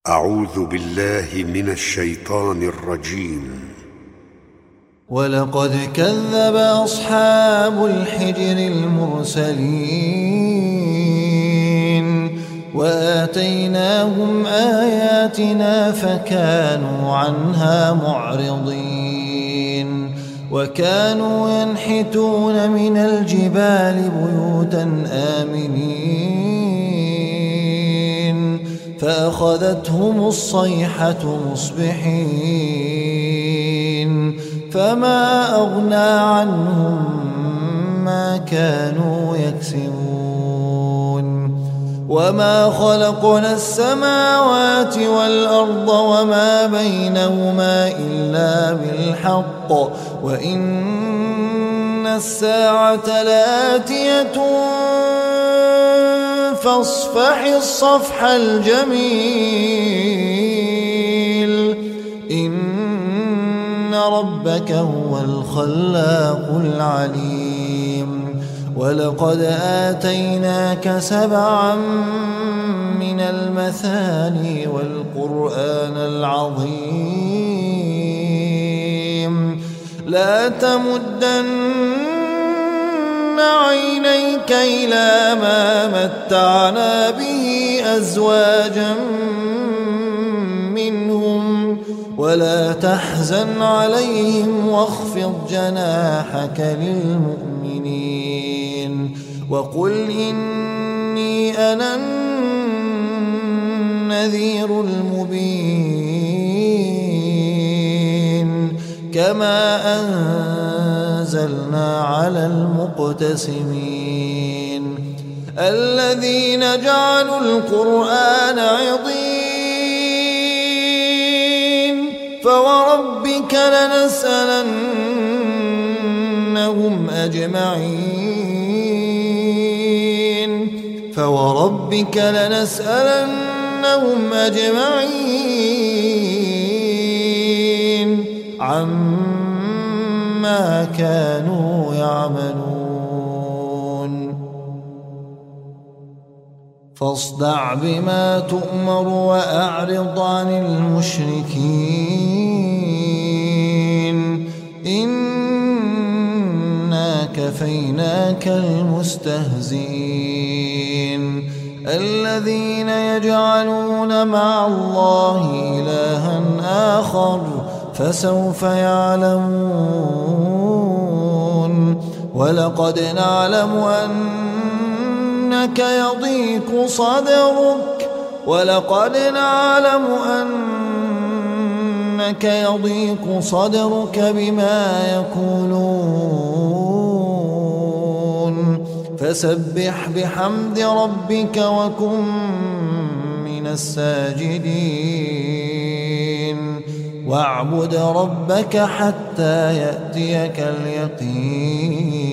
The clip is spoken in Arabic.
أعوذ بالله من الشيطان الرجيم. ولقد كذب أصحاب الحجر المرسلين وآتيناهم آياتنا فكانوا عنها معرضين وكانوا ينحتون من الجبال بيوتا آمنين فأخذتهم الصيحة مصبحين فما أغنى عنهم ما كانوا يكسبون وما خلقنا السماوات والأرض وما بينهما إلا بالحق وإن الساعة لآتية فاصفح الصفح الجميل إن ربك هو الخلاق العليم ولقد آتيناك 7 من المثاني والقرآن العظيم لا تمدن عينيك إلى ما متعنا به أزواجا منهم ولا تحزن عليهم واخفض جناحك للمؤمنين وقل إني أنا النذير المبين كما أنزلنا على المقتسمين الذين جعلوا القرآن عضين فوربك لنسألنهم أجمعين عما كانوا يعملون فاصدع بما تؤمر وأعرض عن المشركين إنا كفيناك المستهزئين الذين يجعلون مع الله إلها آخر فسوف يعلمون ولقد نعلم أنك يضيق صدرك بما يقولون فسبح بحمد ربك وكن من الساجدين واعبد ربك حتى يأتيك اليقين.